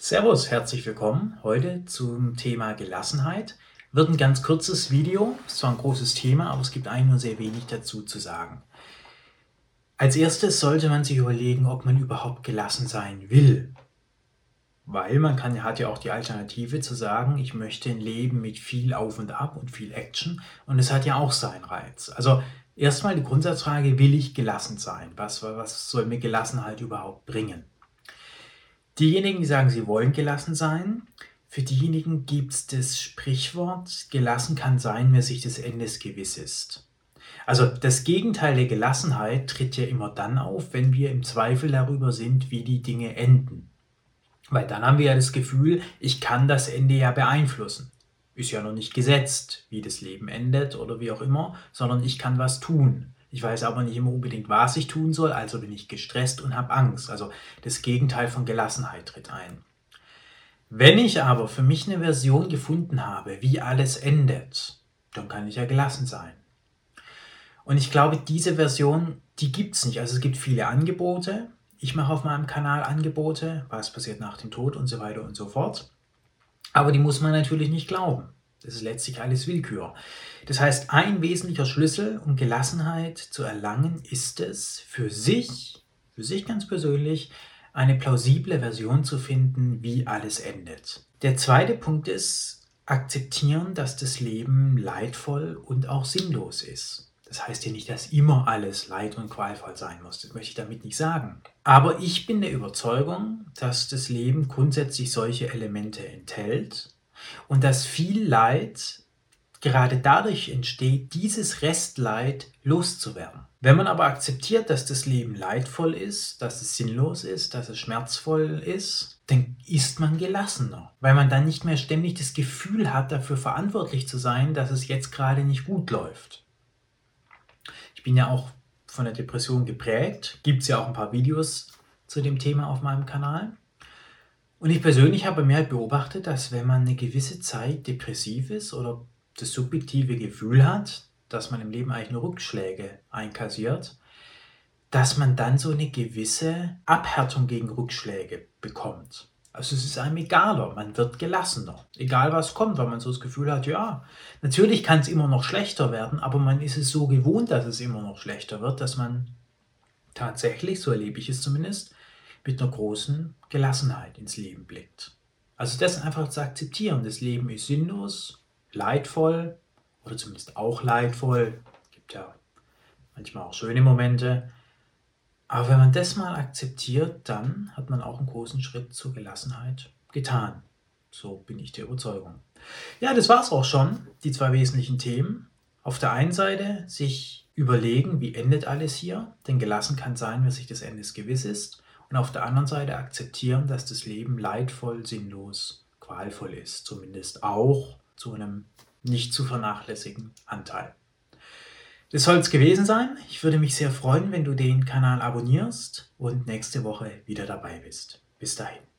Servus, herzlich willkommen. Heute zum Thema Gelassenheit. Wird ein ganz kurzes Video, ist zwar ein großes Thema, aber es gibt eigentlich nur sehr wenig dazu zu sagen. Als erstes sollte man sich überlegen, ob man überhaupt gelassen sein will. Weil hat ja auch die Alternative zu sagen, ich möchte ein Leben mit viel Auf und Ab und viel Action, und es hat ja auch seinen Reiz. Also erstmal die Grundsatzfrage, will ich gelassen sein? Was soll mir Gelassenheit überhaupt bringen? Diejenigen, die sagen, sie wollen gelassen sein, für diejenigen gibt es das Sprichwort: Gelassen kann sein, wer sich des Endes gewiss ist. Also das Gegenteil der Gelassenheit tritt ja immer dann auf, wenn wir im Zweifel darüber sind, wie die Dinge enden. Weil dann haben wir ja das Gefühl, ich kann das Ende ja beeinflussen. Ist ja noch nicht gesetzt, wie das Leben endet oder wie auch immer, sondern ich kann was tun. Ich weiß aber nicht immer unbedingt, was ich tun soll, also bin ich gestresst und habe Angst. Also das Gegenteil von Gelassenheit tritt ein. Wenn ich aber für mich eine Version gefunden habe, wie alles endet, dann kann ich ja gelassen sein. Und ich glaube, diese Version, die gibt es nicht. Also es gibt viele Angebote. Ich mache auf meinem Kanal Angebote, was passiert nach dem Tod und so weiter und so fort. Aber die muss man natürlich nicht glauben. Das ist letztlich alles Willkür. Das heißt, ein wesentlicher Schlüssel, um Gelassenheit zu erlangen, ist es, für sich ganz persönlich, eine plausible Version zu finden, wie alles endet. Der zweite Punkt ist, akzeptieren, dass das Leben leidvoll und auch sinnlos ist. Das heißt ja nicht, dass immer alles leid- und qualvoll sein muss. Das möchte ich damit nicht sagen. Aber ich bin der Überzeugung, dass das Leben grundsätzlich solche Elemente enthält und dass viel Leid gerade dadurch entsteht, dieses Restleid loszuwerden. Wenn man aber akzeptiert, dass das Leben leidvoll ist, dass es sinnlos ist, dass es schmerzvoll ist, dann ist man gelassener, weil man dann nicht mehr ständig das Gefühl hat, dafür verantwortlich zu sein, dass es jetzt gerade nicht gut läuft. Ich bin ja auch von der Depression geprägt, gibt es ja auch ein paar Videos zu dem Thema auf meinem Kanal. Und ich persönlich habe bei mir halt beobachtet, dass wenn man eine gewisse Zeit depressiv ist oder das subjektive Gefühl hat, dass man im Leben eigentlich nur Rückschläge einkassiert, dass man dann so eine gewisse Abhärtung gegen Rückschläge bekommt. Also es ist einem egaler, man wird gelassener, egal was kommt, weil man so das Gefühl hat, ja, natürlich kann es immer noch schlechter werden, aber man ist es so gewohnt, dass es immer noch schlechter wird, dass man tatsächlich, so erlebe ich es zumindest, mit einer großen Gelassenheit ins Leben blickt. Also das einfach zu akzeptieren, das Leben ist sinnlos, leidvoll oder zumindest auch leidvoll, gibt ja manchmal auch schöne Momente. Aber wenn man das mal akzeptiert, dann hat man auch einen großen Schritt zur Gelassenheit getan. So bin ich der Überzeugung. Ja, das war's auch schon, die zwei wesentlichen Themen. Auf der einen Seite sich überlegen, wie endet alles hier, denn gelassen kann sein, wer sich des Endes gewiss ist. Und auf der anderen Seite akzeptieren, dass das Leben leidvoll, sinnlos, qualvoll ist. Zumindest auch zu einem nicht zu vernachlässigen Anteil. Das soll es gewesen sein. Ich würde mich sehr freuen, wenn du den Kanal abonnierst und nächste Woche wieder dabei bist. Bis dahin.